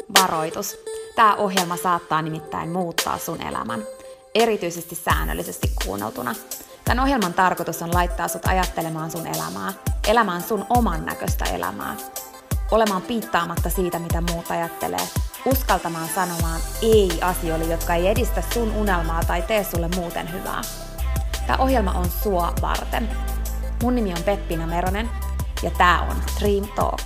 Varoitus. Tämä ohjelma saattaa nimittäin muuttaa sun elämän, erityisesti säännöllisesti kuunneltuna. Tämän ohjelman tarkoitus on laittaa sut ajattelemaan sun elämää, elämään sun oman näköistä elämää, olemaan piittaamatta siitä, mitä muut ajattelee, uskaltamaan sanomaan ei asioille, jotka ei edistä sun unelmaa tai tee sulle muuten hyvää. Tämä ohjelma on sua varten. Mun nimi on Peppina Meronen ja tää on Dream Talk.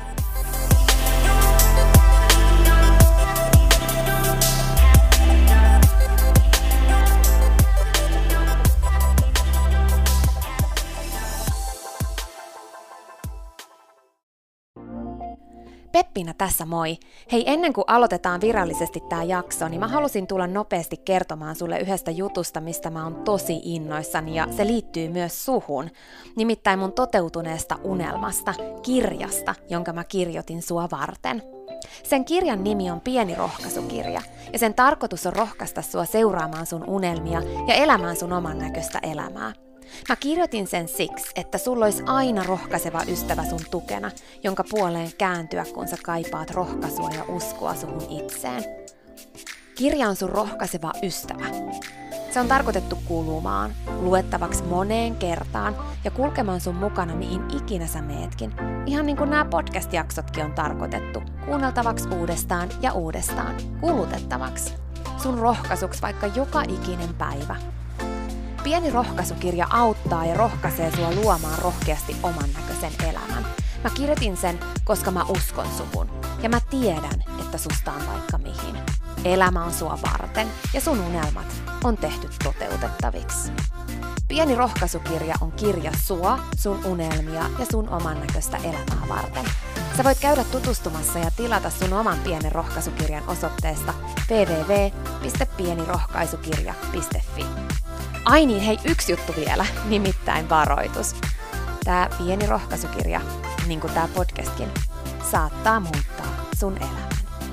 Peppina tässä moi! Hei, ennen kuin aloitetaan virallisesti tää jakso, niin mä halusin tulla nopeasti kertomaan sulle yhdestä jutusta, mistä mä oon tosi innoissani ja se liittyy myös suhun. Nimittäin mun toteutuneesta unelmasta, kirjasta, jonka mä kirjoitin sua varten. Sen kirjan nimi on Pieni rohkaisukirja ja sen tarkoitus on rohkaista sua seuraamaan sun unelmia ja elämään sun oman näköistä elämää. Mä kirjoitin sen siksi, että sulla olisi aina rohkaiseva ystävä sun tukena, jonka puoleen kääntyä, kun sä kaipaat rohkaisua ja uskoa suhun itseen. Kirja on sun rohkaiseva ystävä. Se on tarkoitettu kulumaan, luettavaksi moneen kertaan ja kulkemaan sun mukana mihin ikinä sä meetkin. Ihan niin kuin nämä podcast-jaksotkin on tarkoitettu, kuunneltavaksi uudestaan ja uudestaan, kulutettavaksi. Sun rohkaisuksi vaikka joka ikinen päivä. Pieni rohkaisukirja auttaa ja rohkaisee sua luomaan rohkeasti oman näköisen elämän. Mä kirjoitin sen, koska mä uskon suhun. Ja mä tiedän, että susta on vaikka mihin. Elämä on sua varten ja sun unelmat on tehty toteutettaviksi. Pieni rohkaisukirja on kirja sua, sun unelmia ja sun oman näköistä elämää varten. Sä voit käydä tutustumassa ja tilata sun oman pienen rohkaisukirjan osoitteesta www.pienirohkaisukirja.fi. Ai niin, hei, yksi juttu vielä, nimittäin varoitus. Tää pieni rohkaisukirja, niin kuin tää podcastkin, saattaa muuttaa sun elämän.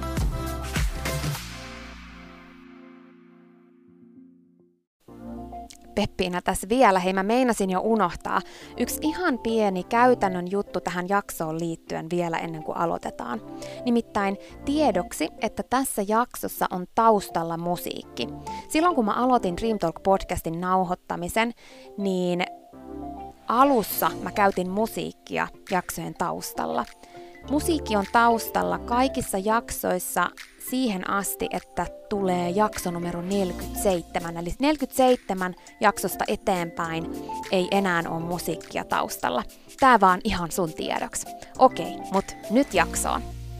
Peppiina tässä vielä, hei mä meinasin jo unohtaa. Yksi ihan pieni käytännön juttu tähän jaksoon liittyen vielä ennen kuin aloitetaan. Nimittäin tiedoksi, että tässä jaksossa on taustalla musiikki. Silloin kun mä aloitin Dream Talk podcastin nauhoittamisen, niin alussa mä käytin musiikkia jaksojen taustalla. Musiikki on taustalla kaikissa jaksoissa siihen asti, että tulee jakso numero 47. Eli 47 jaksosta eteenpäin ei enää ole musiikkia taustalla. Tää vaan ihan sun tiedoksi. Okei, mut nyt jaksoon.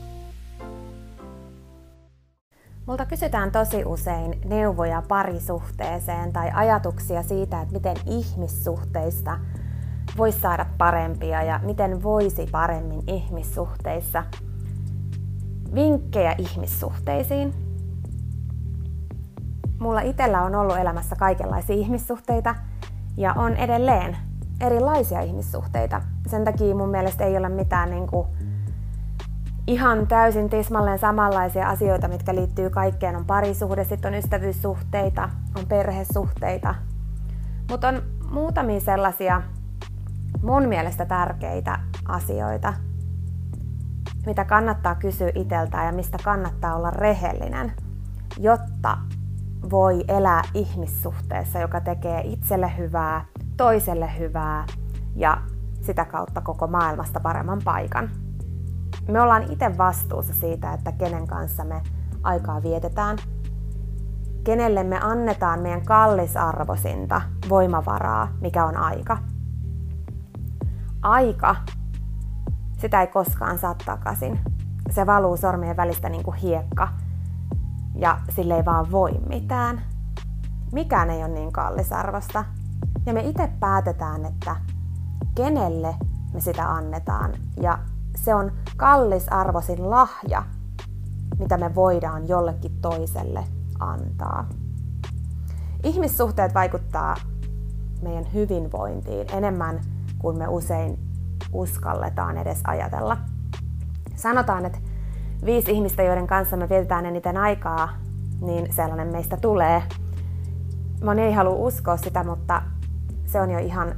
Multa kysytään tosi usein neuvoja parisuhteeseen tai ajatuksia siitä, että miten ihmissuhteista voisi saada parempia ja miten voisi paremmin ihmissuhteissa. Vinkkejä ihmissuhteisiin. Mulla itsellä on ollut elämässä kaikenlaisia ihmissuhteita ja on edelleen erilaisia ihmissuhteita. Sen takia mun mielestä ei ole mitään ihan täysin tismalleen samanlaisia asioita, mitkä liittyy kaikkeen. On parisuhde, sitten on ystävyyssuhteita, on perhesuhteita. Mutta on muutamia sellaisia mun mielestä tärkeitä asioita, mitä kannattaa kysyä itseltään ja mistä kannattaa olla rehellinen, jotta voi elää ihmissuhteessa, joka tekee itselle hyvää, toiselle hyvää ja sitä kautta koko maailmasta paremman paikan. Me ollaan itse vastuussa siitä, että kenen kanssa me aikaa vietetään, kenelle me annetaan meidän kallisarvoisinta voimavaraa, mikä on aika. Aika, sitä ei koskaan saa takaisin. Se valuu sormien välistä niin kuin hiekka ja sille ei vaan voi mitään. Mikään ei ole niin kallisarvosta. Ja me itse päätetään, että kenelle me sitä annetaan. Ja se on kallisarvoisin lahja, mitä me voidaan jollekin toiselle antaa. Ihmissuhteet vaikuttaa meidän hyvinvointiin enemmän kuin me usein uskalletaan edes ajatella. Sanotaan, että 5 ihmistä, joiden kanssa me vietetään eniten aikaa, niin sellainen meistä tulee. Moni ei halua uskoa sitä, mutta se on jo ihan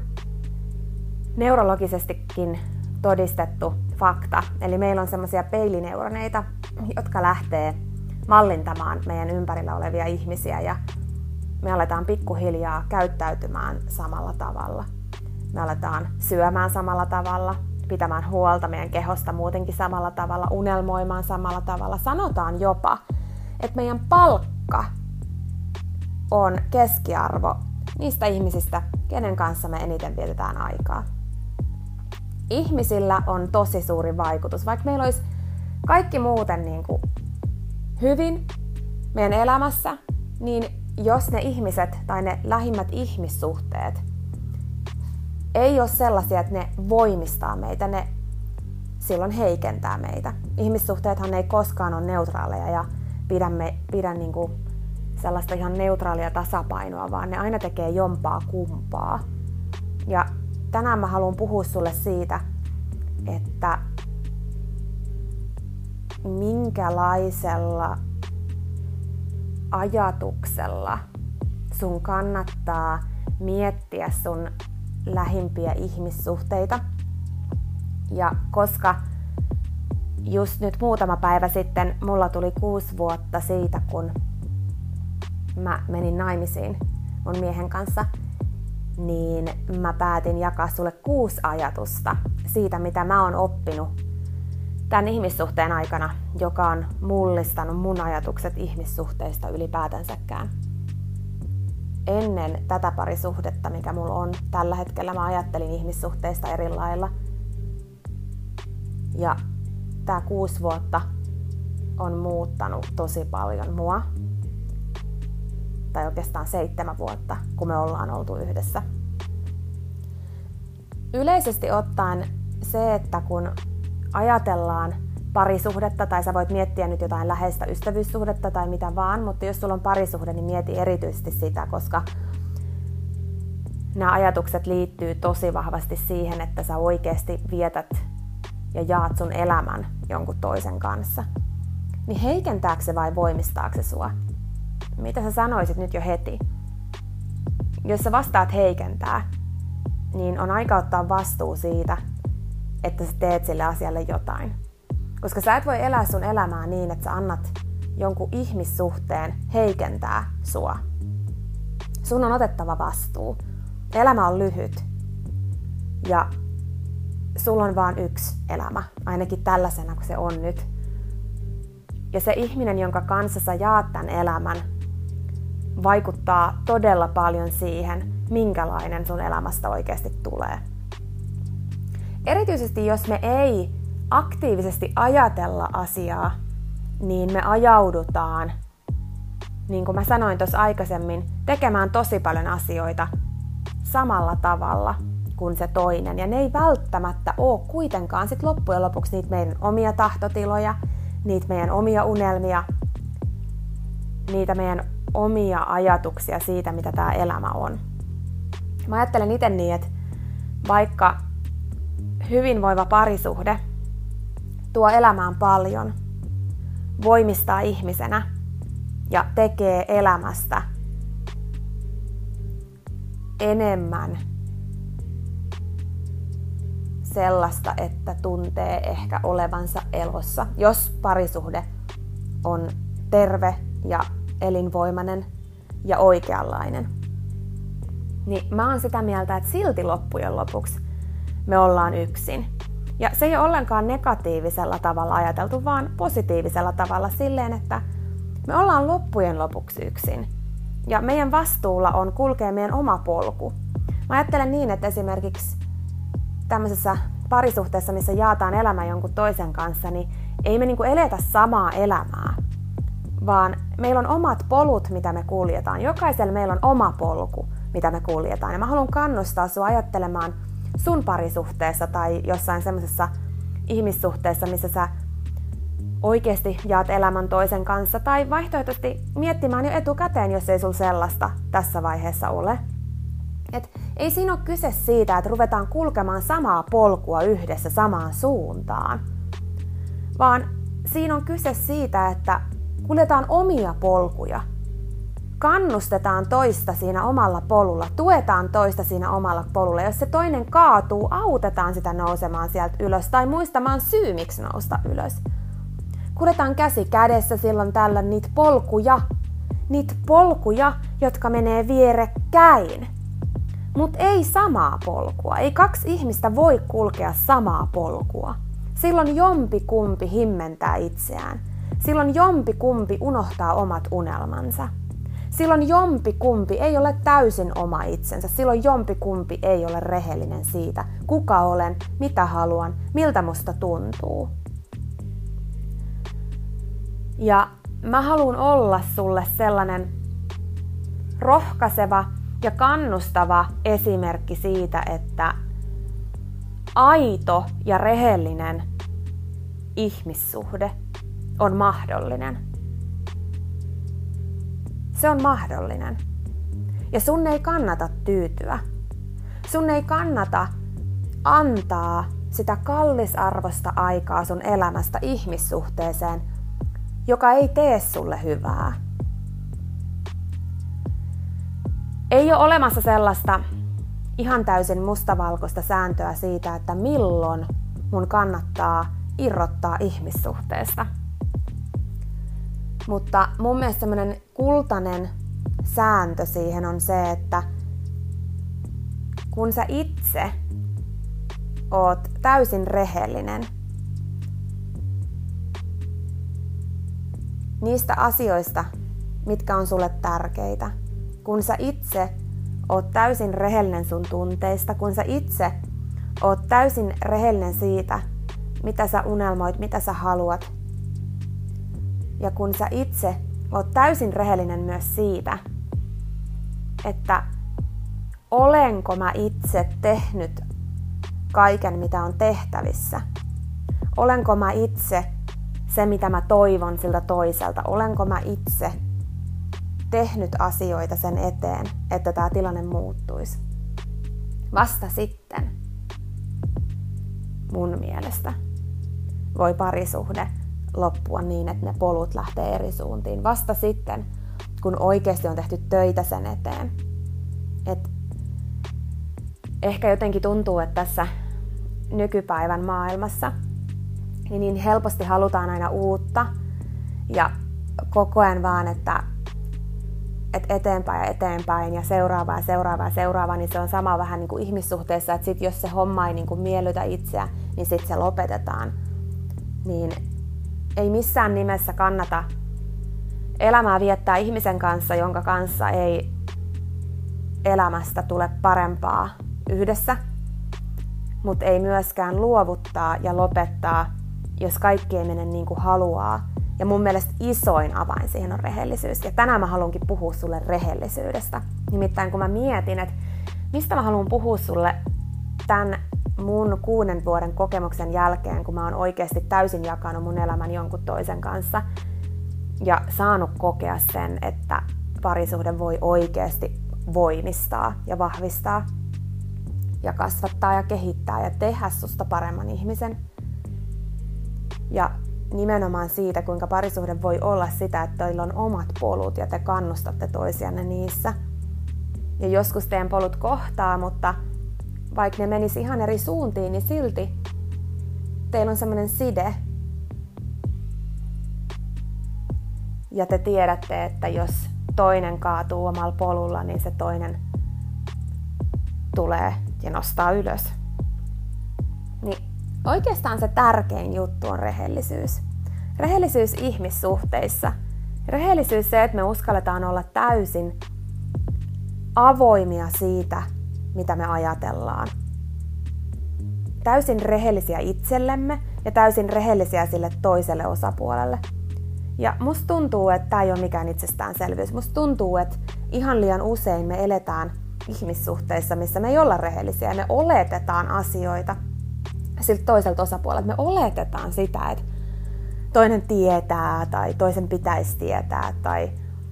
neurologisestikin todistettu fakta. Eli meillä on semmoisia peilineuroneita, jotka lähtee mallintamaan meidän ympärillä olevia ihmisiä ja me aletaan pikkuhiljaa käyttäytymään samalla tavalla. Me aletaan syömään samalla tavalla, pitämään huolta meidän kehosta muutenkin samalla tavalla, unelmoimaan samalla tavalla. Sanotaan jopa, että meidän palkka on keskiarvo niistä ihmisistä, kenen kanssa me eniten vietetään aikaa. Ihmisillä on tosi suuri vaikutus, vaikka meillä olisi kaikki muuten niin kuin hyvin meidän elämässä, niin jos ne ihmiset tai ne lähimmät ihmissuhteet ei ole sellaisia, että ne voimistaa meitä, ne silloin heikentää meitä. Ihmissuhteethan ei koskaan ole neutraaleja ja pidä niin kuin sellaista ihan neutraalia tasapainoa, vaan ne aina tekee jompaa kumpaa. Ja tänään mä haluan puhua sulle siitä, että minkälaisella ajatuksella sun kannattaa miettiä sun lähimpiä ihmissuhteita. Ja koska just nyt muutama päivä sitten mulla tuli 6 vuotta siitä, kun mä menin naimisiin mun miehen kanssa, niin mä päätin jakaa sulle 6 ajatusta siitä, mitä mä oon oppinut tämän ihmissuhteen aikana, joka on mullistanut mun ajatukset ihmissuhteista ylipäätänsäkään. Ennen tätä parisuhdetta, mikä mulla on tällä hetkellä, mä ajattelin ihmissuhteista eri lailla. Ja tää 6 vuotta on muuttanut tosi paljon mua. Tai oikeastaan 7 vuotta, kun me ollaan oltu yhdessä. Yleisesti ottaen se, että kun ajatellaan parisuhdetta, tai sä voit miettiä nyt jotain läheistä ystävyyssuhdetta tai mitä vaan, mutta jos sulla on parisuhde, niin mieti erityisesti sitä, koska nämä ajatukset liittyy tosi vahvasti siihen, että sä oikeasti vietät ja jaat sun elämän jonkun toisen kanssa. Niin heikentääkö se vai voimistaako se sua? Mitä sä sanoisit nyt jo heti? Jos sä vastaat heikentää, niin on aika ottaa vastuu siitä, että sä teet sille asialle jotain. Koska sä et voi elää sun elämää niin, että sä annat jonkun ihmissuhteen heikentää sua. Sun on otettava vastuu. Elämä on lyhyt. Ja sulla on vaan yksi elämä, ainakin tällaisena kuin se on nyt. Ja se ihminen, jonka kanssa sä jaat tämän elämän, vaikuttaa todella paljon siihen, minkälainen sun elämästä oikeasti tulee. Erityisesti jos me ei aktiivisesti ajatella asiaa, niin me ajaudutaan, niin kuin mä sanoin tuossa aikaisemmin, tekemään tosi paljon asioita samalla tavalla kuin se toinen. Ja ne ei välttämättä ole kuitenkaan sit loppujen lopuksi niitä meidän omia tahtotiloja, niitä meidän omia unelmia, niitä meidän omia ajatuksia siitä, mitä tämä elämä on. Mä ajattelen itse niin, että vaikka hyvinvoiva parisuhde tuo elämään paljon, voimistaa ihmisenä ja tekee elämästä enemmän sellaista, että tuntee ehkä olevansa elossa, jos parisuhde on terve ja elinvoimainen ja oikeanlainen. Niin mä oon sitä mieltä, että silti loppujen lopuksi me ollaan yksin. Ja se ei ole ollenkaan negatiivisella tavalla ajateltu, vaan positiivisella tavalla silleen, että me ollaan loppujen lopuksi yksin. Ja meidän vastuulla on kulkea meidän oma polku. Mä ajattelen niin, että esimerkiksi tämmöisessä parisuhteessa, missä jaataan elämä jonkun toisen kanssa, niin ei me niinku eletä samaa elämää, vaan meillä on omat polut, mitä me kuljetaan. Jokaisella meillä on oma polku, mitä me kuljetaan. Ja mä haluan kannustaa sua ajattelemaan sun parisuhteessa tai jossain semmoisessa ihmissuhteessa, missä sä oikeasti jaat elämän toisen kanssa, tai vaihtoehtoisesti miettimään jo etukäteen, jos ei sulla sellaista tässä vaiheessa ole. Et ei siinä ole kyse siitä, että ruvetaan kulkemaan samaa polkua yhdessä samaan suuntaan, vaan siinä on kyse siitä, että kuljetaan omia polkuja, kannustetaan toista siinä omalla polulla, tuetaan toista siinä omalla polulla. Jos se toinen kaatuu, autetaan sitä nousemaan sieltä ylös tai muistamaan syy, miksi nousta ylös. Kuljetaan käsi kädessä silloin tällä niitä polkuja, jotka menee vierekkäin. Mutta ei samaa polkua. Ei kaksi ihmistä voi kulkea samaa polkua. Silloin jompikumpi himmentää itseään. Silloin jompikumpi unohtaa omat unelmansa. Silloin jompikumpi ei ole täysin oma itsensä. Silloin jompikumpi ei ole rehellinen siitä, kuka olen, mitä haluan, miltä musta tuntuu. Ja mä haluan olla sulle sellainen rohkaiseva ja kannustava esimerkki siitä, että aito ja rehellinen ihmissuhde on mahdollinen. Se on mahdollinen. Ja sun ei kannata tyytyä. Sun ei kannata antaa sitä kallisarvosta aikaa sun elämästä ihmissuhteeseen, joka ei tee sulle hyvää. Ei ole olemassa sellaista ihan täysin mustavalkoista sääntöä siitä, että milloin mun kannattaa irrottaa ihmissuhteesta. Mutta mun mielestä semmoinen kultainen sääntö siihen on se, että kun sä itse oot täysin rehellinen niistä asioista, mitkä on sulle tärkeitä, kun sä itse oot täysin rehellinen sun tunteista, kun sä itse oot täysin rehellinen siitä, mitä sä unelmoit, mitä sä haluat, ja kun sä itse oot täysin rehellinen myös siitä, että olenko mä itse tehnyt kaiken, mitä on tehtävissä, olenko mä itse se, mitä mä toivon siltä toiselta, olenko mä itse tehnyt asioita sen eteen, että tämä tilanne muuttuisi. Vasta sitten, mun mielestä, voi parisuhde loppua niin, että ne polut lähtee eri suuntiin. Vasta sitten, kun oikeasti on tehty töitä sen eteen. Et ehkä jotenkin tuntuu, että tässä nykypäivän maailmassa niin helposti halutaan aina uutta ja koko ajan vaan, että eteenpäin ja eteenpäin ja seuraavaa, niin se on sama vähän niin kuin ihmissuhteessa, että sit jos se homma ei niin kuin miellytä itseä, niin sit se lopetetaan. Niin ei missään nimessä kannata elämää viettää ihmisen kanssa, jonka kanssa ei elämästä tule parempaa yhdessä, mutta ei myöskään luovuttaa ja lopettaa, jos kaikki ei mene niin kuin haluaa. Ja mun mielestä isoin avain siihen on rehellisyys. Ja tänään mä haluankin puhua sulle rehellisyydestä. Nimittäin kun mä mietin, että mistä mä haluan puhua sulle tämän mun 6 vuoden kokemuksen jälkeen, kun mä oon oikeasti täysin jakanut mun elämän jonkun toisen kanssa ja saanut kokea sen, että parisuhde voi oikeasti voimistaa ja vahvistaa ja kasvattaa ja kehittää ja tehdä susta paremman ihmisen. Ja nimenomaan siitä, kuinka parisuhde voi olla sitä, että teillä on omat polut ja te kannustatte toisianne niissä. Ja joskus teidän polut kohtaa, mutta vaikka ne menisi ihan eri suuntiin, niin silti teillä on semmoinen side. Ja te tiedätte, että jos toinen kaatuu omalla polulla, niin se toinen tulee ja nostaa ylös. Niin oikeastaan se tärkein juttu on rehellisyys. Rehellisyys ihmissuhteissa. Rehellisyys se, että me uskalletaan olla täysin avoimia siitä, mitä me ajatellaan. Täysin rehellisiä itsellemme ja täysin rehellisiä sille toiselle osapuolelle. Ja musta tuntuu, että tämä ei ole mikään itsestäänselvyys. Musta tuntuu, että ihan liian usein me eletään ihmissuhteissa, missä me ei olla rehellisiä. Me oletetaan asioita siltä toiselta osapuolelta. Me oletetaan sitä, että toinen tietää tai toisen pitäisi tietää tai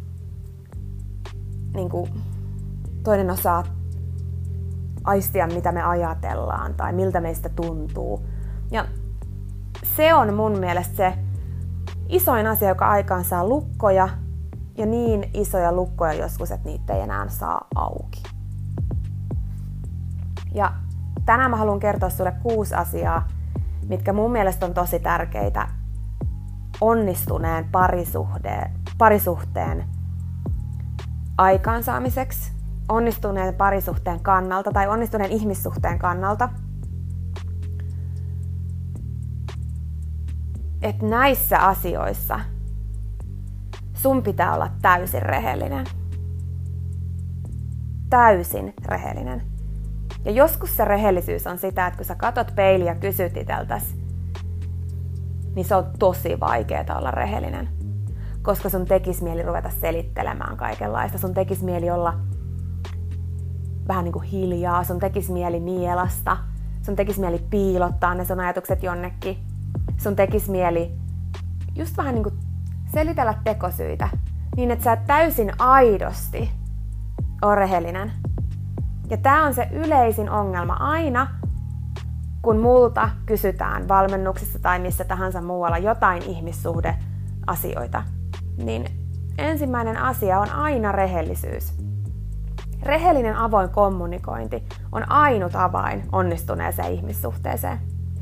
niin kuin, toinen osaa aistia, mitä me ajatellaan tai miltä meistä tuntuu. Ja se on mun mielestä se isoin asia, joka aikaan saa lukkoja ja niin isoja lukkoja joskus, että niitä ei enää saa auki. Ja tänään mä haluan kertoa sulle 6 asiaa, mitkä mun mielestä on tosi tärkeitä onnistuneen parisuhteen aikaansaamiseksi, onnistuneen parisuhteen kannalta tai onnistuneen ihmissuhteen kannalta, että näissä asioissa sun pitää olla täysin rehellinen. Täysin rehellinen. Ja joskus se rehellisyys on sitä, että kun sä katot peiliä ja kysyt iteltäs, niin se on tosi vaikeaa olla rehellinen. Koska sun tekis mieli ruveta selittelemään kaikenlaista. Sun tekis mieli olla vähän niin kuin hiljaa. Sun tekis mieli nielasta. Sun tekis mieli piilottaa ne sun ajatukset jonnekin. Sun tekis mieli just vähän niin kuin selitellä tekosyitä. Niin, että sä et täysin aidosti ole rehellinen. Ja tää on se yleisin ongelma aina, kun multa kysytään valmennuksissa tai missä tahansa muualla jotain ihmissuhdeasioita, niin ensimmäinen asia on aina rehellisyys. Rehellinen avoin kommunikointi on ainut avain onnistuneeseen ihmissuhteeseen.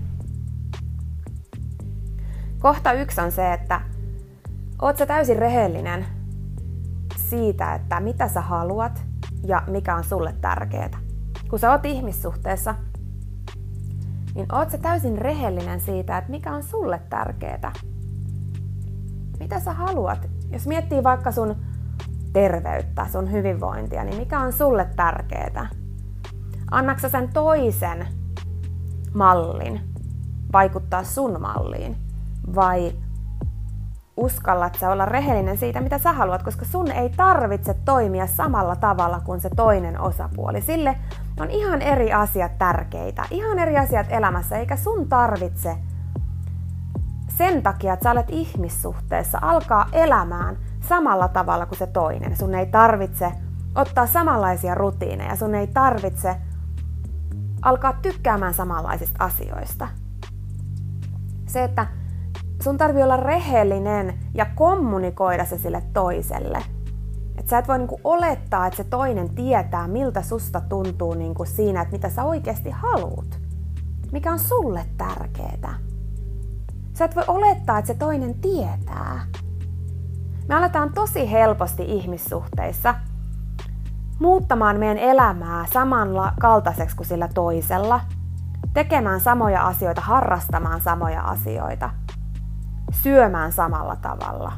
Kohta 1 on se, että oot sä täysin rehellinen siitä, että mitä sä haluat ja mikä on sulle tärkeää. Kun sä oot ihmissuhteessa, niin oot sä täysin rehellinen siitä, että mikä on sulle tärkeää. Mitä sä haluat? Jos miettii vaikka sun terveyttä, sun hyvinvointia, niin mikä on sulle tärkeää? Annaksa sen toisen mallin vaikuttaa sun malliin? Vai uskallat sä olla rehellinen siitä, mitä sä haluat, koska sun ei tarvitse toimia samalla tavalla kuin se toinen osapuoli. Sille on ihan eri asiat tärkeitä, ihan eri asiat elämässä, eikä sun tarvitse sen takia, että sä olet ihmissuhteessa, alkaa elämään samalla tavalla kuin se toinen. Sun ei tarvitse ottaa samanlaisia rutiineja, sun ei tarvitse alkaa tykkäämään samanlaisista asioista. Se, että sun tarvii olla rehellinen ja kommunikoida se sille toiselle. Että sä et voi olettaa, että se toinen tietää, miltä susta tuntuu siinä, että mitä sä oikeasti haluut. Mikä on sulle tärkeää. Sä et voi olettaa, että se toinen tietää. Me aletaan tosi helposti ihmissuhteissa muuttamaan meidän elämää samankaltaiseksi kuin sillä toisella, tekemään samoja asioita, harrastamaan samoja asioita, syömään samalla tavalla,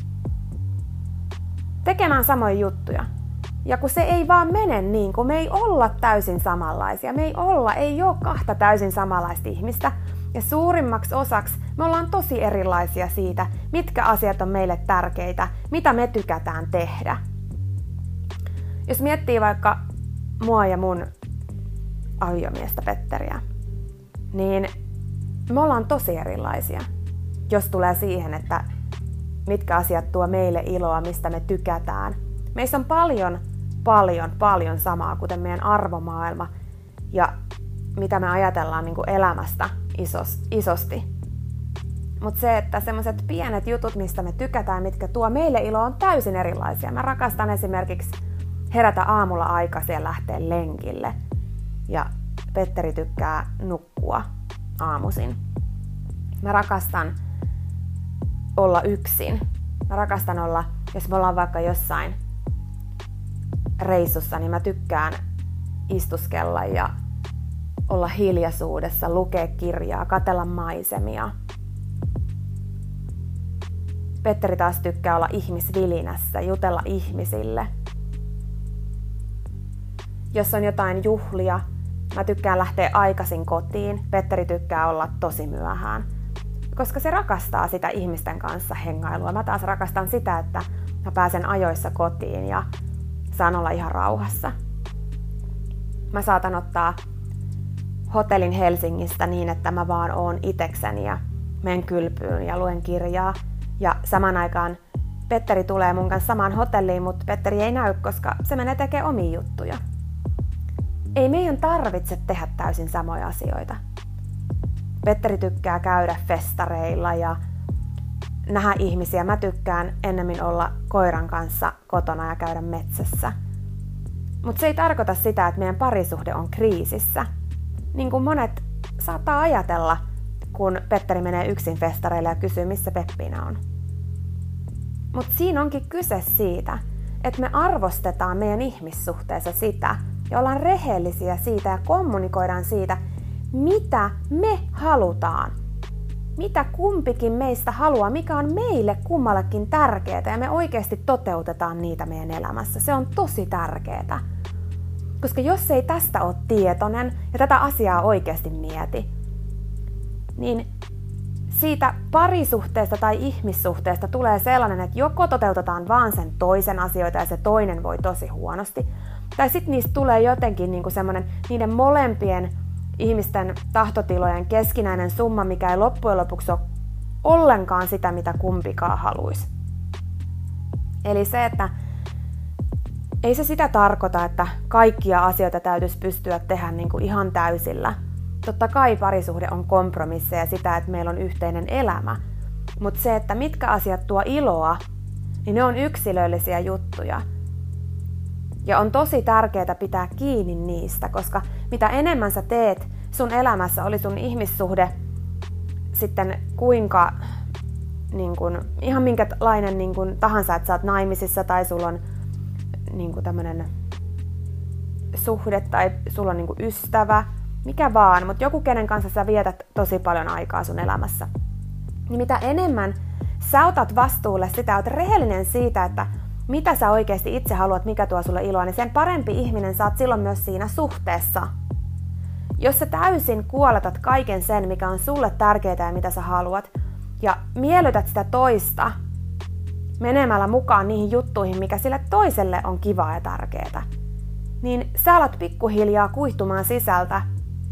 tekemään samoja juttuja. Ja kun se ei vaan mene niin, kun me ei olla täysin samanlaisia, ei ole kahta täysin samanlaista ihmistä, ja suurimmaksi osaksi me ollaan tosi erilaisia siitä, mitkä asiat on meille tärkeitä, mitä me tykätään tehdä. Jos miettii vaikka mua ja mun aviomiestä Petteriä, niin me ollaan tosi erilaisia, jos tulee siihen, että mitkä asiat tuo meille iloa, mistä me tykätään. Meissä on paljon samaa, kuten meidän arvomaailma ja mitä me ajatellaan elämästä isosti. Mutta se, että semmoiset pienet jutut, mistä me tykätään, mitkä tuo meille iloa, on täysin erilaisia. Mä rakastan esimerkiksi herätä aamulla aikaisin ja lähteä lenkille. Ja Petteri tykkää nukkua aamuisin. Mä rakastan olla yksin. Mä rakastan olla, jos me ollaan vaikka jossain reissussa, niin mä tykkään istuskella ja olla hiljaisuudessa, lukea kirjaa, katsella maisemia. Petteri taas tykkää olla ihmisvilinässä, jutella ihmisille. Jos on jotain juhlia, mä tykkään lähteä aikaisin kotiin. Petteri tykkää olla tosi myöhään, koska se rakastaa sitä ihmisten kanssa hengailua. Mä taas rakastan sitä, että mä pääsen ajoissa kotiin ja saan olla ihan rauhassa. Mä saatan ottaa hotellin Helsingistä niin, että mä vaan oon itekseni ja menen kylpyyn ja luen kirjaa. Ja saman aikaan Petteri tulee mun kanssa samaan hotelliin, mutta Petteri ei näy, koska se menee tekemään omia juttuja. Ei meidän tarvitse tehdä täysin samoja asioita. Petteri tykkää käydä festareilla ja nähdä ihmisiä. Mä tykkään ennemmin olla koiran kanssa kotona ja käydä metsässä. Mutta se ei tarkoita sitä, että meidän parisuhde on kriisissä. Niin kuin monet saattaa ajatella kun Petteri menee yksin festareille ja kysyy, missä Peppiina on. Mutta siinä onkin kyse siitä, että me arvostetaan meidän ihmissuhteessa sitä ja ollaan rehellisiä siitä ja kommunikoidaan siitä, mitä me halutaan. Mitä kumpikin meistä haluaa, mikä on meille kummallekin tärkeää ja me oikeasti toteutetaan niitä meidän elämässä. Se on tosi tärkeää. Koska jos ei tästä ole tietoinen ja tätä asiaa oikeasti mieti, niin siitä parisuhteesta tai ihmissuhteesta tulee sellainen, että joko toteutetaan vaan sen toisen asioita ja se toinen voi tosi huonosti, tai sitten niistä tulee jotenkin niinku semmoinen niiden molempien ihmisten tahtotilojen keskinäinen summa, mikä ei loppujen lopuksi ole ollenkaan sitä, mitä kumpikaan haluaisi. Eli se, että ei se sitä tarkoita, että kaikkia asioita täytyisi pystyä tehdä niin kuin ihan täysillä. Totta kai parisuhde on kompromisseja sitä, että meillä on yhteinen elämä. Mutta se, että mitkä asiat tuo iloa, niin ne on yksilöllisiä juttuja. Ja on tosi tärkeää pitää kiinni niistä, koska mitä enemmän sä teet sun elämässä, oli sun ihmissuhde sitten kuinka niin kun, ihan minkälainen niin kun tahansa, että sä oot naimisissa tai sulla on niin kun tämmönen suhde tai sulla on niin kun ystävä, mikä vaan, mutta joku kenen kanssa sä vietät tosi paljon aikaa sun elämässä. Niin mitä enemmän sä otat vastuulle sitä, oot rehellinen siitä, että mitä sä oikeasti itse haluat, mikä tuo sulle iloa, niin sen parempi ihminen sä oot silloin myös siinä suhteessa. Jos sä täysin kuoletat kaiken sen, mikä on sulle tärkeää ja mitä sä haluat, ja miellytät sitä toista menemällä mukaan niihin juttuihin, mikä sille toiselle on kivaa ja tärkeää, niin sä alat pikkuhiljaa kuihtumaan sisältä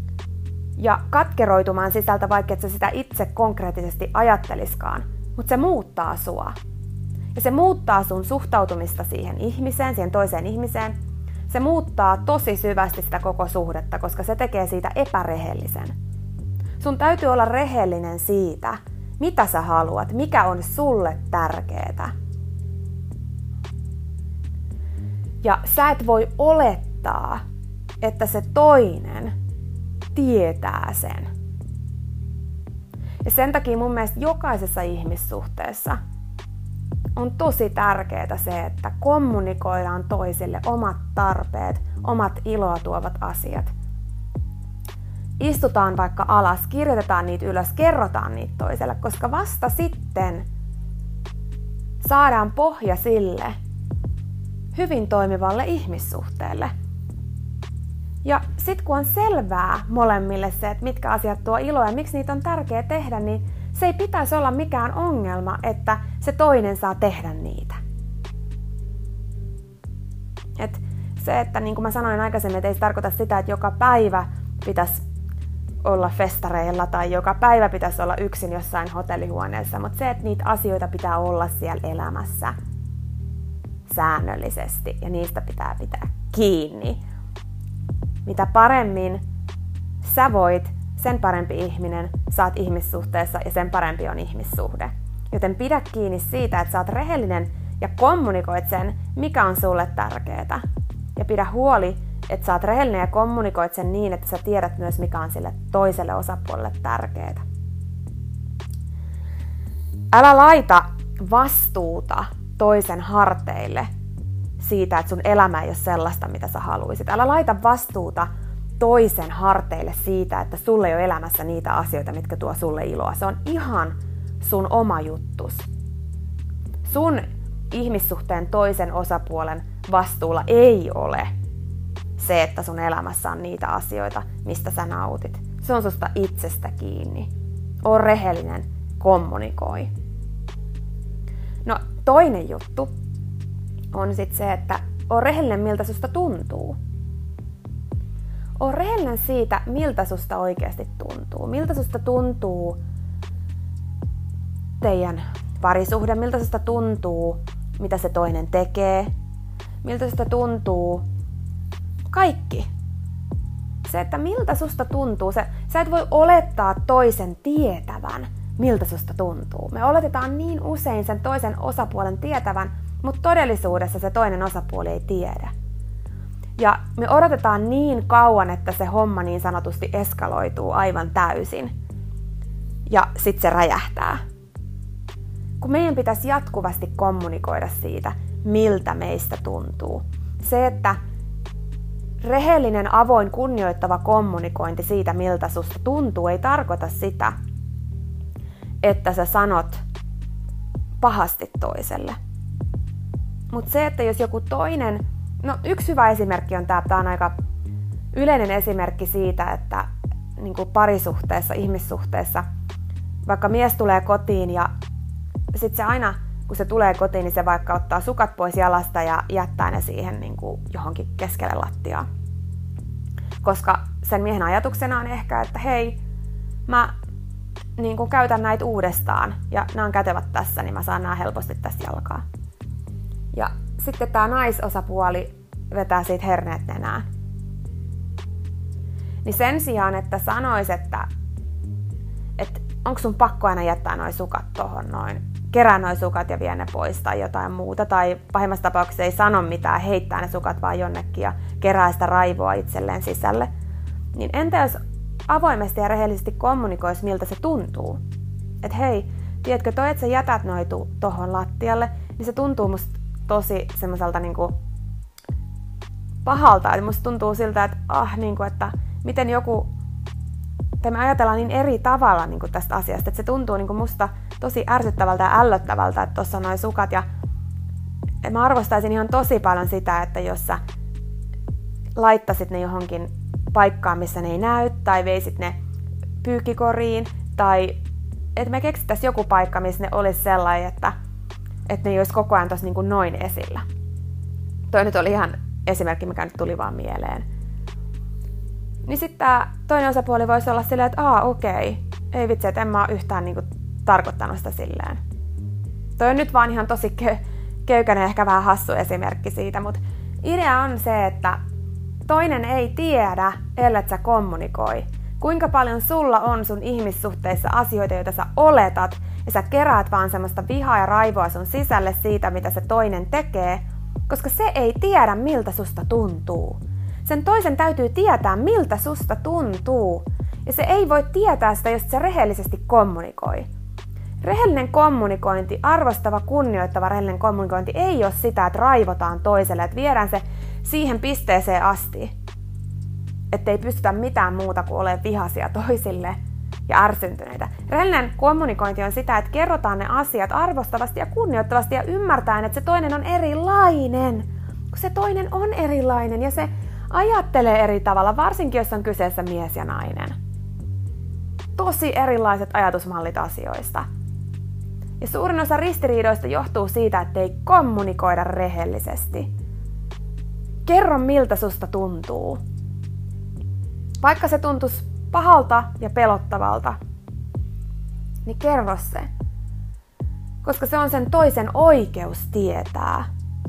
ja katkeroitumaan sisältä, vaikka et sä sitä itse konkreettisesti ajatteliskaan, mutta se muuttaa sua. Ja se muuttaa sun suhtautumista siihen ihmiseen, siihen toiseen ihmiseen. Se muuttaa tosi syvästi sitä koko suhdetta, koska se tekee siitä epärehellisen. Sun täytyy olla rehellinen siitä, mitä sä haluat, mikä on sulle tärkeää. Ja sä et voi olettaa, että se toinen tietää sen. Ja sen takia mun mielestä jokaisessa ihmissuhteessa on tosi tärkeää se, että kommunikoidaan toisille omat tarpeet, omat iloa tuovat asiat. Istutaan vaikka alas, kirjoitetaan niitä ylös, kerrotaan niitä toiselle, koska vasta sitten saadaan pohja sille hyvin toimivalle ihmissuhteelle. Ja sit kun on selvää molemmille se, että mitkä asiat tuo iloa ja miksi niitä on tärkeää tehdä, niin se ei pitäisi olla mikään ongelma, että se toinen saa tehdä niitä. Et se, että niin kuin mä sanoin aikaisemmin, että ei se tarkoita sitä, että joka päivä pitäisi olla festareilla tai joka päivä pitäisi olla yksin jossain hotellihuoneessa, mutta se, että niitä asioita pitää olla siellä elämässä säännöllisesti ja niistä pitää pitää kiinni. Mitä paremmin sä voit, sen parempi ihminen sä oot ihmissuhteessa ja sen parempi on ihmissuhde. Joten pidä kiinni siitä, että sä oot rehellinen ja kommunikoit sen, mikä on sulle tärkeää. Ja pidä huoli, että sä oot rehellinen ja kommunikoit sen niin, että sä tiedät myös, mikä on sille toiselle osapuolelle tärkeää. Älä laita vastuuta toisen harteille siitä, että sun elämä ei ole sellaista, mitä sä haluisit. Älä laita vastuuta toisen harteille siitä, että sulle ei ole elämässä niitä asioita, mitkä tuo sulle iloa. Se on ihan sun oma juttus. Sun ihmissuhteen toisen osapuolen vastuulla ei ole se, että sun elämässä on niitä asioita, mistä sä nautit. Se on susta itsestä kiinni. Oo rehellinen, kommunikoi. No toinen juttu on sitten se, että oo rehellinen, miltä susta tuntuu. Oo rehellinen siitä, miltä susta oikeasti tuntuu. Miltä susta tuntuu teidän parisuhde, miltä susta tuntuu, mitä se toinen tekee, miltä susta tuntuu kaikki. Se, että miltä susta tuntuu, sä et voi olettaa toisen tietävän, miltä susta tuntuu. Me oletetaan niin usein sen toisen osapuolen tietävän, mutta todellisuudessa se toinen osapuoli ei tiedä. Ja me odotetaan niin kauan, että se homma niin sanotusti eskaloituu aivan täysin. ja sit se räjähtää. Kun meidän pitäisi jatkuvasti kommunikoida siitä, miltä meistä tuntuu. Se, että rehellinen, avoin, kunnioittava kommunikointi siitä, miltä susta tuntuu, ei tarkoita sitä, että sä sanot pahasti toiselle. Mutta se, että jos joku toinen... No, yksi hyvä esimerkki on tämä on aika yleinen esimerkki siitä, että niin kuin parisuhteessa, ihmissuhteessa, vaikka mies tulee kotiin ja sitten se aina, kun se tulee kotiin, niin se vaikka ottaa sukat pois jalasta ja jättää ne siihen niin kuin johonkin keskelle lattiaa. Koska sen miehen ajatuksena on ehkä, että hei, mä niin kuin käytän näitä uudestaan ja nämä on kätevät tässä, niin mä saan nämä helposti tästä jalkaa. Ja sitten tämä naisosapuoli vetää siitä herneet nenään. Niin sen sijaan, että sanois, että onko sun pakko aina jättää noi sukat tohon noin, kerää noi sukat ja vie ne pois tai jotain muuta, tai pahimmassa tapauksessa ei sano mitään, heittää ne sukat vaan jonnekin ja kerää sitä raivoa itselleen sisälle. Niin entä jos avoimesti ja rehellisesti kommunikoisi, miltä se tuntuu? Että hei, tiedätkö toi, että sä jätät noitu tohon lattialle, niin se tuntuu musta tosi semmoiselta niinku pahalta. Että musta tuntuu siltä, että että miten me ajatellaan niin eri tavalla niinku tästä asiasta, että se tuntuu niinku musta tosi ärsyttävältä ja ällöttävältä, että tossa on noi sukat. Ja mä arvostaisin ihan tosi paljon sitä, että jos sä laittasit ne johonkin paikkaan, missä ne ei näy, tai veisit ne pyykkikoriin, tai että me keksittäisiin joku paikka, missä ne olisi sellainen, että ne ei olisi koko ajan tossa niin kuin noin esillä. Toi nyt oli ihan esimerkki, mikä nyt tuli vaan mieleen. Niin sitten tämä toinen osapuoli voisi olla silleen, että okei, ei vitsi, että en mä ole yhtään niin kuin tarkoittanut sitä silleen. Toi on nyt vaan ihan tosi köykäinen, ehkä vähän hassu esimerkki siitä, mutta idea on se, että toinen ei tiedä, ellei sä kommunikoi. Kuinka paljon sulla on sun ihmissuhteissa asioita, joita sä oletat, ja sä keräät vaan semmoista vihaa ja raivoa sun sisälle siitä, mitä se toinen tekee, koska se ei tiedä, miltä susta tuntuu. Sen toisen täytyy tietää, miltä susta tuntuu, ja se ei voi tietää sitä, jos se rehellisesti kommunikoi. Rehellinen kommunikointi, arvostava, kunnioittava rehellinen kommunikointi ei ole sitä, että raivotaan toiselle, että viedään se siihen pisteeseen asti, ettei pystytä mitään muuta kuin olemaan vihaisia toisille ja ärsyntyneitä. Rehellinen kommunikointi on sitä, että kerrotaan ne asiat arvostavasti ja kunnioittavasti ja ymmärtäen, että se toinen on erilainen. Kun se toinen on erilainen ja se ajattelee eri tavalla, varsinkin jos on kyseessä mies ja nainen. Tosi erilaiset ajatusmallit asioista. Ja suurin osa ristiriidoista johtuu siitä, että ei kommunikoida rehellisesti. Kerro, miltä susta tuntuu. Vaikka se tuntuisi pahalta ja pelottavalta, niin kerro se. Koska se on sen toisen oikeus tietää.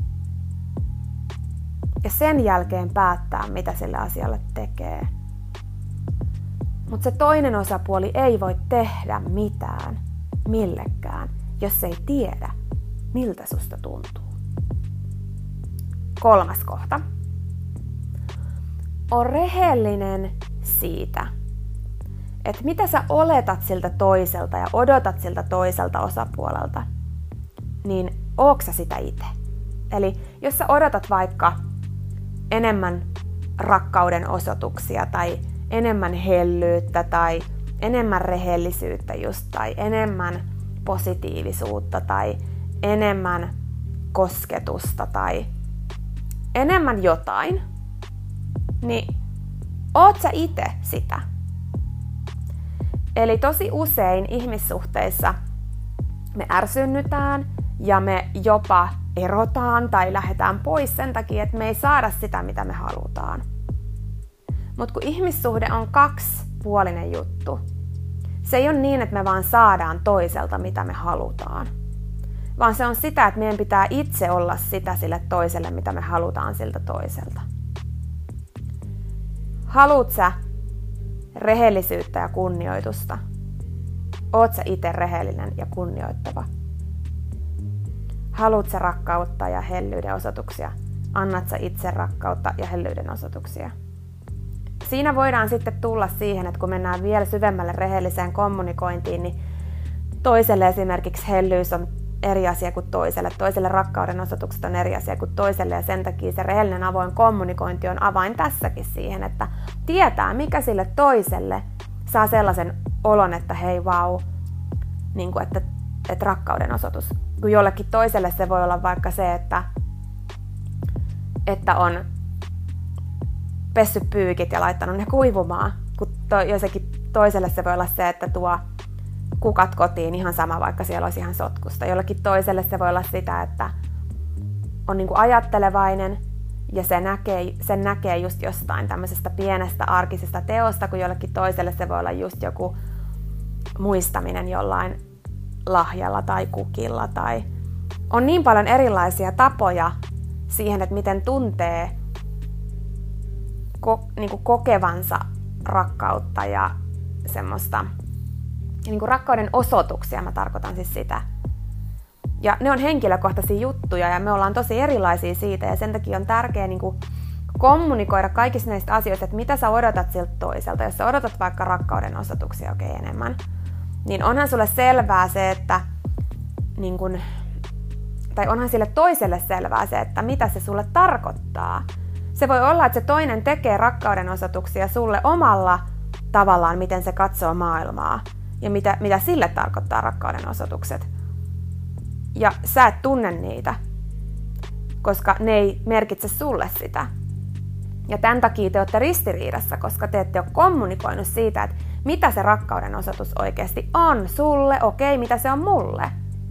Ja sen jälkeen päättää, mitä sille asialle tekee. Mutta se toinen osapuoli ei voi tehdä mitään millekään, jos se ei tiedä, miltä susta tuntuu. 3. kohta. On rehellinen siitä, että mitä sä oletat siltä toiselta ja odotat siltä toiselta osapuolelta, niin ootko sä sitä itse? Eli jos sä odotat vaikka enemmän rakkauden osoituksia tai enemmän hellyyttä tai enemmän rehellisyyttä just, tai enemmän positiivisuutta tai enemmän kosketusta tai enemmän jotain, niin oot sä itse sitä? Eli tosi usein ihmissuhteissa me ärsynnytään ja me jopa erotaan tai lähdetään pois sen takia, että me ei saada sitä, mitä me halutaan. Mutta kun ihmissuhde on kaksipuolinen juttu, se ei ole niin, että me vaan saadaan toiselta, mitä me halutaan. Vaan se on sitä, että meidän pitää itse olla sitä sille toiselle, mitä me halutaan siltä toiselta. Haluut sä rehellisyyttä ja kunnioitusta? Oot sä itse rehellinen ja kunnioittava? Haluut sä rakkautta ja hellyyden osoituksia? Annat sä itse rakkautta ja hellyyden osoituksia? siinä voidaan sitten tulla siihen, että kun mennään vielä syvemmälle rehelliseen kommunikointiin, niin toiselle esimerkiksi hellyys on eri asia kuin toiselle rakkauden osoitukset on eri asia kuin toiselle, ja sen takia se rehellinen avoin kommunikointi on avain tässäkin siihen, että tietää, mikä sille toiselle saa sellaisen olon, että hei vau, niin kuin, että rakkauden osoitus. Kun jollekin toiselle se voi olla vaikka se, että on pessyt pyykit ja laittanut ne kuivumaan, kun jossakin toiselle se voi olla se, että tuo kukat kotiin ihan sama, vaikka siellä olisi ihan sotkusta. Jollekin toiselle se voi olla sitä, että on niin kuin ajattelevainen ja sen näkee just jostain tämmöisestä pienestä arkisesta teosta, kun jollekin toiselle se voi olla just joku muistaminen jollain lahjalla tai kukilla. Tai on niin paljon erilaisia tapoja siihen, että miten tuntee niin kuin kokevansa rakkautta ja semmoista niin kuin rakkauden osoituksia, mä tarkoitan siis sitä. Ja ne on henkilökohtaisia juttuja ja me ollaan tosi erilaisia siitä ja sen takia on tärkeää niin kuin kommunikoida kaikista näistä asioista, että mitä sä odotat siltä toiselta. Jos sä odotat vaikka rakkauden osoituksia enemmän, niin onhan sulle selvää se, että niin kuin, tai onhan sille toiselle selvää se, että mitä se sulle tarkoittaa. Se voi olla, että se toinen tekee rakkauden osoituksia sulle omalla tavallaan, miten se katsoo maailmaa ja mitä sille tarkoittaa rakkauden osoitukset. Ja sä et tunne niitä, koska ne ei merkitse sulle sitä. Ja tämän takia te olette ristiriidassa, koska te ette ole kommunikoinut siitä, että mitä se rakkauden osoitus oikeasti on sulle, mitä se on mulle.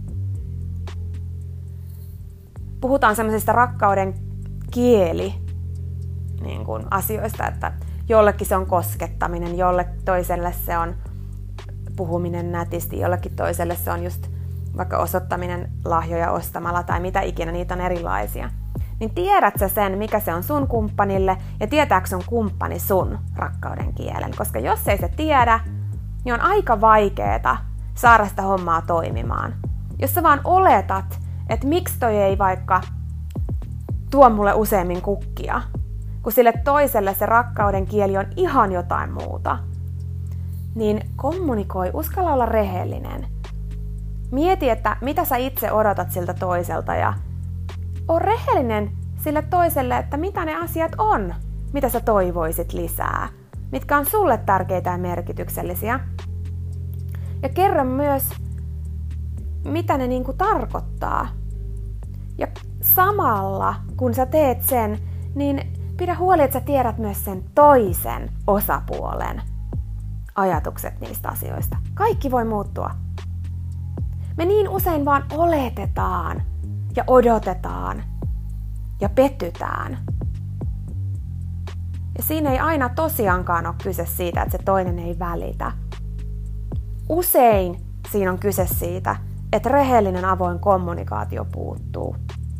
Puhutaan semmoisista rakkauden kieli niin kuin asioista, että jollekin se on koskettaminen, jolle toiselle se on puhuminen nätisti, jollekin toiselle se on just vaikka osoittaminen lahjoja ostamalla tai mitä ikinä, niitä on erilaisia. Niin tiedät sä sen, mikä se on sun kumppanille ja tietääkö sun kumppani sun rakkauden kielen? Koska jos ei se tiedä, niin on aika vaikeeta saada sitä hommaa toimimaan. Jos sä vaan oletat, että miksi toi ei vaikka tuo mulle useammin kukkia, kun sille toiselle se rakkauden kieli on ihan jotain muuta, niin kommunikoi, uskalla olla rehellinen. Mieti, että mitä sä itse odotat siltä toiselta ja oo rehellinen sille toiselle, että mitä ne asiat on, mitä sä toivoisit lisää, mitkä on sulle tärkeitä ja merkityksellisiä. Ja kerro myös, mitä ne niinku tarkoittaa. Ja samalla, kun sä teet sen, niin pidä huoli, että sä tiedät myös sen toisen osapuolen ajatukset niistä asioista. Kaikki voi muuttua. Me niin usein vaan oletetaan ja odotetaan ja pettytään. Ja siinä ei aina tosiaankaan ole kyse siitä, että se toinen ei välitä. Usein siinä on kyse siitä, että rehellinen avoin kommunikaatio puuttuu.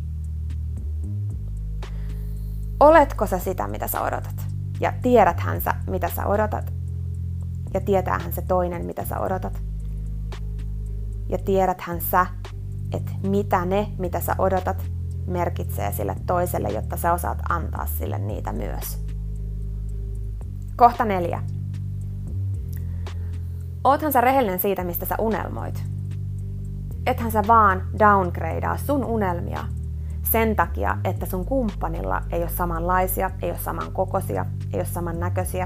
Oletko sä sitä, mitä sä odotat? Ja tiedäthän sä, mitä sä odotat? Ja tietäähän se toinen, mitä sä odotat? Ja tiedäthän sä, että mitä sä odotat, merkitsee sille toiselle, jotta sä osaat antaa sille niitä myös. Kohta 4. Oothan sä rehellinen siitä, mistä sä unelmoit? Ethän sä vaan downgradaa sun unelmia sen takia, että sun kumppanilla ei ole samanlaisia, ei ole samankokoisia, ei ole samannäköisiä.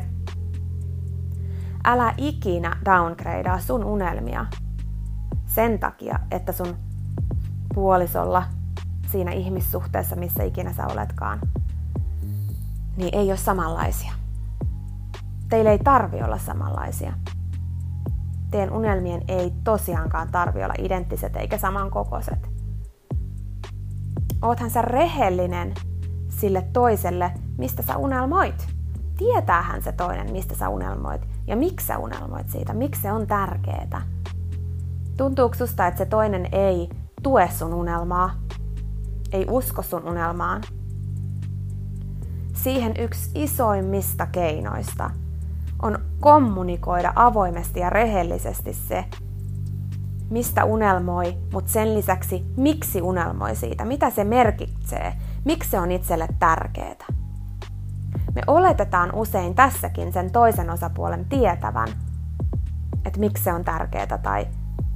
Älä ikinä downgradaa sun unelmia sen takia, että sun puolisolla siinä ihmissuhteessa, missä ikinä sä oletkaan, niin ei ole samanlaisia. Teillä ei tarvi olla samanlaisia. Teidän unelmien ei tosiaankaan tarvi olla identtiset eikä samankokoiset. Oothan sä rehellinen sille toiselle, mistä sä unelmoit. Tietäähän se toinen, mistä sä unelmoit ja miksi sä unelmoit siitä, miksi se on tärkeetä. Tuntuuko susta, että se toinen ei tue sun unelmaa, ei usko sun unelmaan? Siihen yksi isoimmista keinoista on kommunikoida avoimesti ja rehellisesti se, mistä unelmoi, mutta sen lisäksi miksi unelmoi siitä, mitä se merkitsee, miksi se on itselle tärkeää. Me oletetaan usein tässäkin sen toisen osapuolen tietävän, että miksi se on tärkeää tai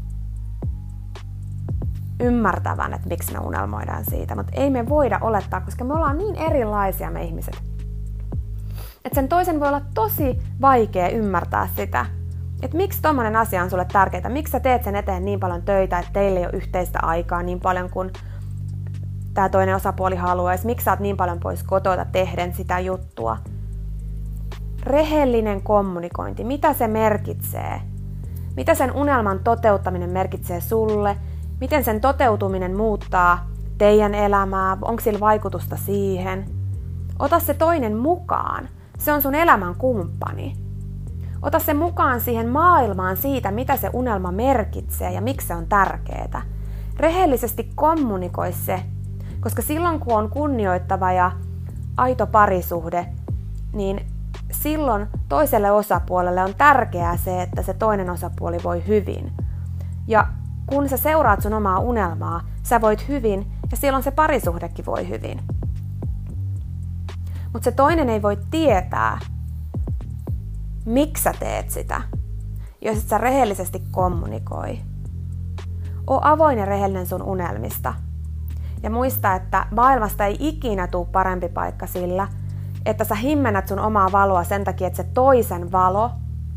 ymmärtävän, että miksi me unelmoidaan siitä. Mutta ei me voida olettaa, koska me ollaan niin erilaisia me ihmiset. Että sen toisen voi olla tosi vaikea ymmärtää sitä, että miksi tommonen asia on sulle tärkeää, miksi sä teet sen eteen niin paljon töitä, että teillä ei ole yhteistä aikaa niin paljon kuin tämä toinen osapuoli haluaisi, miksi sä oot niin paljon pois kotota tehden sitä juttua. Rehellinen kommunikointi, mitä se merkitsee? Mitä sen unelman toteuttaminen merkitsee sulle? Miten sen toteutuminen muuttaa teidän elämää? Onko sillä vaikutusta siihen? Ota se toinen mukaan. Se on sun elämän kumppani. Ota se mukaan siihen maailmaan siitä, mitä se unelma merkitsee ja miksi se on tärkeää. Rehellisesti kommunikoi se, koska silloin kun on kunnioittava ja aito parisuhde, niin silloin toiselle osapuolelle on tärkeää se, että se toinen osapuoli voi hyvin. Ja kun sä seuraat sun omaa unelmaa, sä voit hyvin ja silloin se parisuhdekin voi hyvin. Mutta se toinen ei voi tietää, miksi sä teet sitä, jos et sä rehellisesti kommunikoi. Oo avoin ja rehellinen sun unelmista. Ja muista, että maailmasta ei ikinä tule parempi paikka sillä, että sä himmennät sun omaa valoa sen takia, että se toisen valo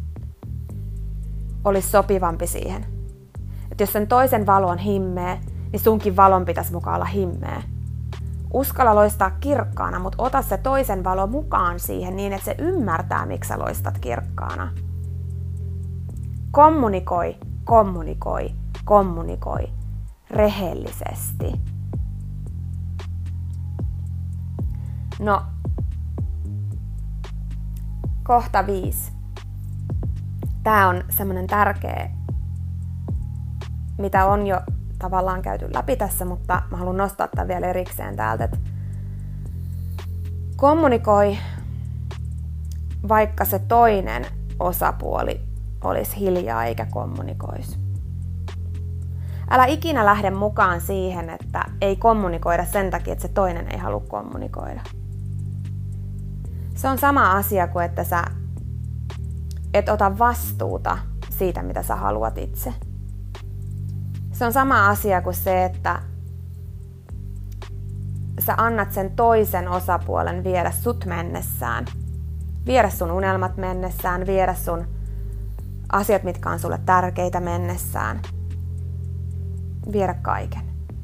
olisi sopivampi siihen. Että jos sen toisen valo on himmeä, niin sunkin valon pitäisi mukaan olla himmeä. Uskalla loistaa kirkkaana, mutta ota se toisen valo mukaan siihen niin, että se ymmärtää, miksi sä loistat kirkkaana. Kommunikoi, kommunikoi, kommunikoi rehellisesti. No, kohta 5. Tää on semmonen tärkeä, mitä on jo tavallaan käyty läpi tässä, mutta mä haluan nostaa tämän vielä erikseen täältä. Kommunikoi, vaikka se toinen osapuoli olisi hiljaa eikä kommunikoisi. Älä ikinä lähde mukaan siihen, että ei kommunikoida sen takia, että se toinen ei halua kommunikoida. Se on sama asia kuin, että sä et ota vastuuta siitä, mitä sä haluat itse. Se on sama asia kuin se, että sä annat sen toisen osapuolen viedä sut mennessään. Viedä sun unelmat mennessään, viedä sun asiat, mitkä on sulle tärkeitä mennessään. Viedä kaiken.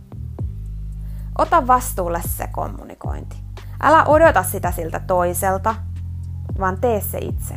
Ota vastuulle se kommunikointi. Älä odota sitä siltä toiselta, vaan tee se itse.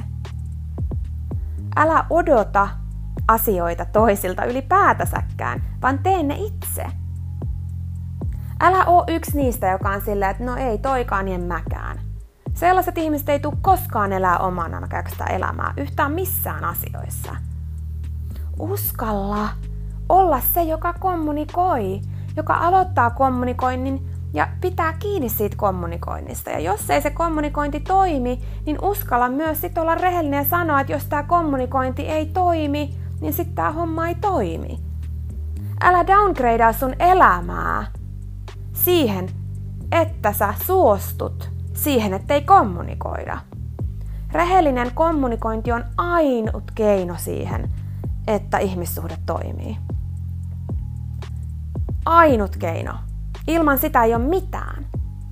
Älä odota asioita toisilta ylipäätänsäkään, vaan tee ne itse. Älä oo yksi niistä, joka on silleen, että no ei toikaan, niin en mäkään. Sellaiset ihmiset ei tule koskaan elää oman näköistä elämää yhtään missään asioissa. Uskalla olla se, joka kommunikoi, joka aloittaa kommunikoinnin ja pitää kiinni siitä kommunikoinnista. Ja jos ei se kommunikointi toimi, niin uskalla myös sit olla rehellinen ja sanoa, että jos tämä kommunikointi ei toimi, niin sitten tämä homma ei toimi. Älä downgradea sun elämää siihen, että sä suostut siihen, ettei kommunikoida. Rehellinen kommunikointi on ainut keino siihen, että ihmissuhde toimii. Ainut keino. Ilman sitä ei ole mitään.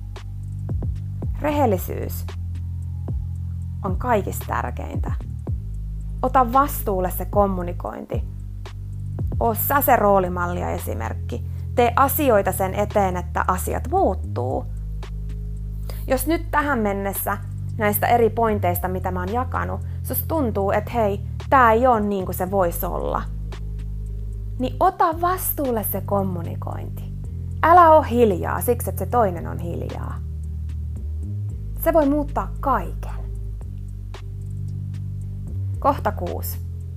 Rehellisyys on kaikista tärkeintä. Ota vastuulle se kommunikointi. Oo sä se roolimalli ja esimerkki. Tee asioita sen eteen, että asiat muuttuu. Jos nyt tähän mennessä näistä eri pointeista, mitä mä oon jakanut, susta tuntuu, että hei, tää ei ole niin kuin se voisi olla, niin ota vastuulle se kommunikointi. Älä oo hiljaa siksi, että se toinen on hiljaa. Se voi muuttaa kaiken. Kohta 6.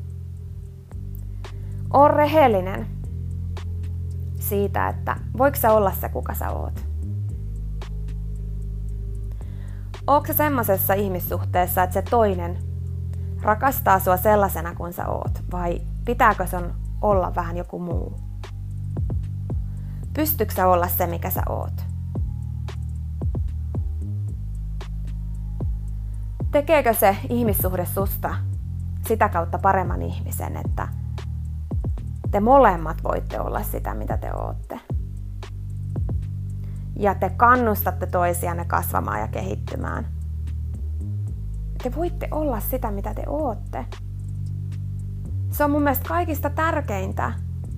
Oo rehellinen siitä, että voiko sä olla se, kuka sä oot. Ootko sä semmosessa ihmissuhteessa, että se toinen rakastaa sua sellaisena kuin sä oot, vai pitääkö sun olla vähän joku muu? Pystytkö sä olla se, mikä sä oot? tekeekö se ihmissuhde susta sitä kautta paremman ihmisen, että te molemmat voitte olla sitä, mitä te ootte. Ja te kannustatte toisianne kasvamaan ja kehittymään. Te voitte olla sitä, mitä te ootte. Se on mun mielestä kaikista tärkeintä.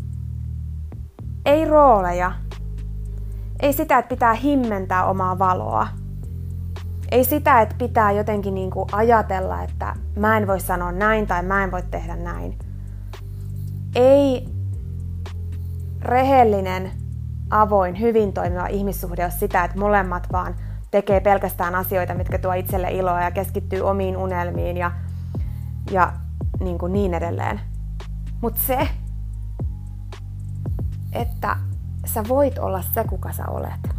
Ei rooleja. Ei sitä, että pitää himmentää omaa valoa. Ei sitä, että pitää jotenkin niinku ajatella, että mä en voi sanoa näin tai mä en voi tehdä näin. Ei rehellinen, avoin, hyvin toimiva ihmissuhde ole sitä, että molemmat vaan tekee pelkästään asioita, mitkä tuo itselle iloa ja keskittyy omiin unelmiin ja niin edelleen. Mutta se, että sä voit olla se, kuka sä olet.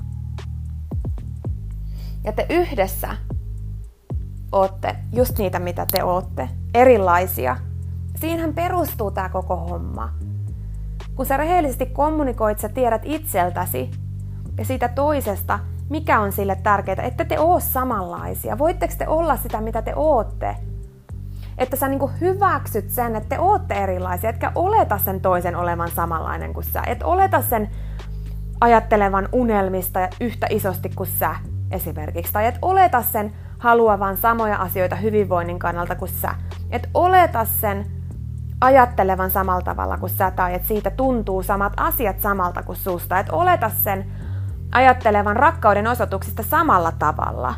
Ja te yhdessä ootte just niitä, mitä te ootte. Erilaisia. Siinähän perustuu tää koko homma. Kun sä rehellisesti kommunikoit, sä tiedät itseltäsi ja siitä toisesta, mikä on sille tärkeää, että te oo samanlaisia. Voitteko te olla sitä, mitä te ootte? Että sä niinku hyväksyt sen, että te ootte erilaisia, etkä oleta sen toisen olevan samanlainen kuin sä. Et oleta sen ajattelevan unelmista yhtä isosti kuin sä esimerkiksi. Tai et oleta sen haluavan samoja asioita hyvinvoinnin kannalta kuin sä. Et oleta sen ajattelevan samalla tavalla kuin sä, tai että siitä tuntuu samat asiat samalta kuin susta. Et oleta sen ajattelevan rakkauden osoituksista samalla tavalla.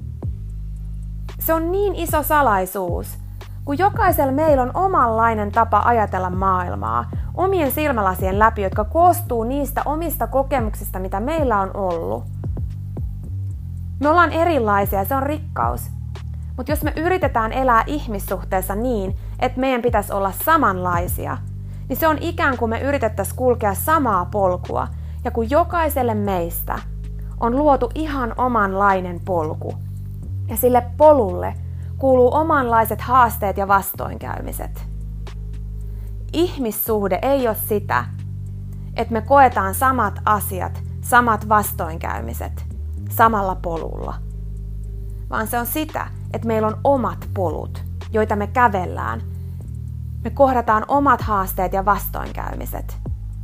Se on niin iso salaisuus, kun jokaisella meillä on omanlainen tapa ajatella maailmaa, omien silmälasien läpi, jotka koostuu niistä omista kokemuksista, mitä meillä on ollut. Me ollaan erilaisia, se on rikkaus. Mutta jos me yritetään elää ihmissuhteessa niin, että meidän pitäisi olla samanlaisia, niin se on ikään kuin me yritettäisiin kulkea samaa polkua. Ja kun jokaiselle meistä on luotu ihan omanlainen polku, ja sille polulle kuuluu omanlaiset haasteet ja vastoinkäymiset. Ihmissuhde ei ole sitä, että me koetaan samat asiat, samat vastoinkäymiset samalla polulla, vaan se on sitä, että meillä on omat polut, joita me kävellään. Me kohdataan omat haasteet ja vastoinkäymiset.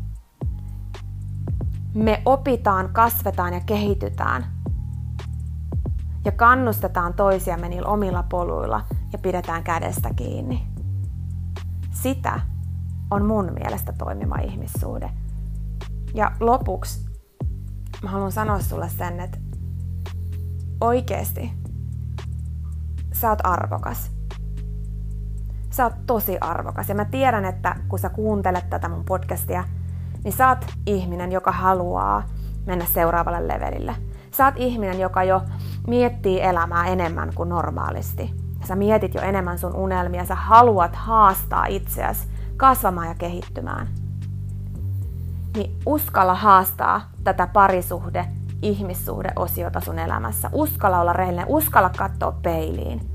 Me opitaan, kasvetaan ja kehitytään. Ja kannustetaan toisiamme niillä omilla poluilla ja pidetään kädestä kiinni. Sitä on mun mielestä toimiva ihmissuhde. Ja lopuksi mä haluan sanoa sulle sen, että oikeesti sä oot arvokas. Sä oot tosi arvokas. Ja mä tiedän, että kun sä kuuntelet tätä mun podcastia, niin sä oot ihminen, joka haluaa mennä seuraavalle levelille. Sä oot ihminen, joka jo miettii elämää enemmän kuin normaalisti. Sä mietit jo enemmän sun unelmia. Sä haluat haastaa itseäsi kasvamaan ja kehittymään. Niin uskalla haastaa tätä parisuhde, ihmissuhdeosiota sun elämässä. Uskalla olla rehellinen. Uskalla katsoa peiliin.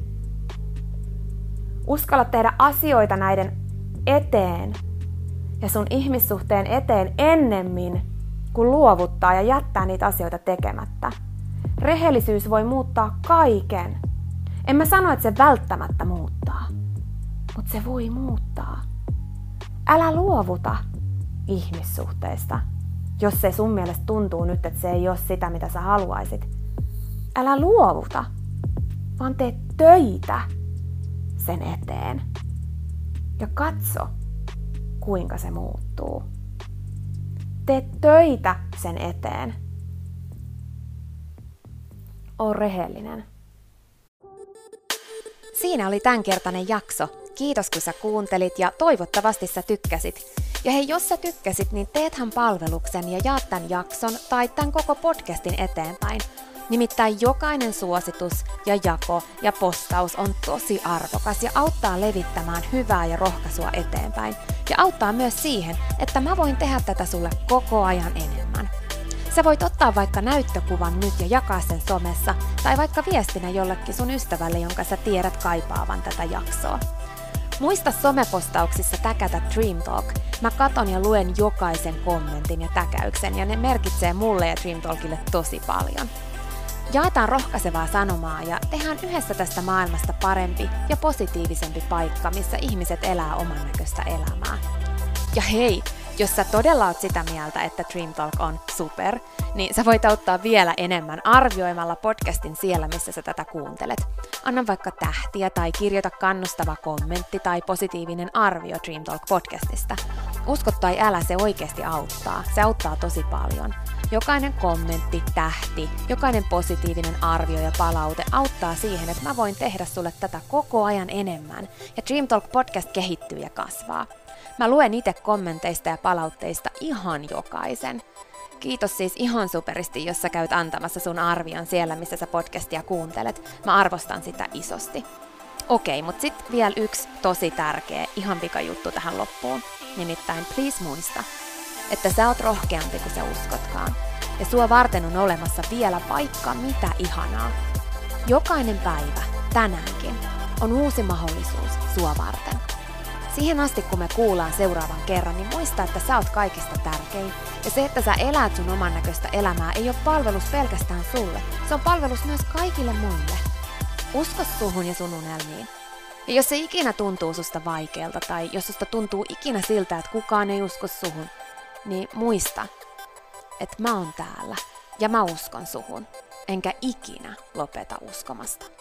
Uskalla tehdä asioita näiden eteen ja sun ihmissuhteen eteen ennemmin kuin luovuttaa ja jättää niitä asioita tekemättä. Rehellisyys voi muuttaa kaiken. En mä sano, että se välttämättä muuttaa, mutta se voi muuttaa. Älä luovuta ihmissuhteista, jos se sun mielestä tuntuu nyt, että se ei ole sitä, mitä sä haluaisit. Älä luovuta, vaan tee töitä sen eteen. Ja katso, kuinka se muuttuu. Tee töitä sen eteen. Oo rehellinen. Siinä oli tämänkertainen jakso. Kiitos kun sä kuuntelit ja toivottavasti sä tykkäsit. Ja hei, jos sä tykkäsit, niin teethän palveluksen ja jaat tämän jakson tai tämän koko podcastin eteenpäin. Nimittäin jokainen suositus ja jako ja postaus on tosi arvokas ja auttaa levittämään hyvää ja rohkaisua eteenpäin. Ja auttaa myös siihen, että mä voin tehdä tätä sulle koko ajan enemmän. Sä voit ottaa vaikka näyttökuvan nyt ja jakaa sen somessa tai vaikka viestinä jollekin sun ystävälle, jonka sä tiedät kaipaavan tätä jaksoa. Muista somepostauksissa täkätä Dream Talk. Mä katon ja luen jokaisen kommentin ja täkäyksen ja ne merkitsee mulle ja Dream Talkille tosi paljon. Jaetaan rohkaisevaa sanomaa ja tehdään yhdessä tästä maailmasta parempi ja positiivisempi paikka, missä ihmiset elää oman näköistä elämää. Ja hei, jos sä todella oot sitä mieltä, että Dream Talk on super, niin sä voit auttaa vielä enemmän arvioimalla podcastin siellä, missä sä tätä kuuntelet. Anna vaikka tähtiä tai kirjoita kannustava kommentti tai positiivinen arvio Dream Talk podcastista. Usko tai älä, se oikeasti auttaa. Se auttaa tosi paljon. Jokainen kommentti, tähti, jokainen positiivinen arvio ja palaute auttaa siihen, että mä voin tehdä sulle tätä koko ajan enemmän. Ja Dream Talk podcast kehittyy ja kasvaa. Mä luen itse kommenteista ja palautteista ihan jokaisen. Kiitos siis ihan superisti, jos sä käyt antamassa sun arvion siellä, missä sä podcastia kuuntelet. Mä arvostan sitä isosti. Okei, mut sit vielä yksi tosi tärkeä, ihan pikajuttu tähän loppuun. Nimittäin please muista, että sä oot rohkeampi kuin sä uskotkaan. Ja sua varten on olemassa vielä vaikka mitä ihanaa. Jokainen päivä, tänäänkin, on uusi mahdollisuus sua varten. Siihen asti, kun me kuullaan seuraavan kerran, niin muista, että sä oot kaikista tärkein. Ja se, että sä elät sun oman näköistä elämää, ei ole palvelus pelkästään sulle. Se on palvelus myös kaikille muille. Usko suhun ja sun unelmiin. Ja jos se ikinä tuntuu susta vaikealta, tai jos susta tuntuu ikinä siltä, että kukaan ei usko suhun, niin muista, että mä oon täällä. Ja mä uskon suhun. Enkä ikinä lopeta uskomasta.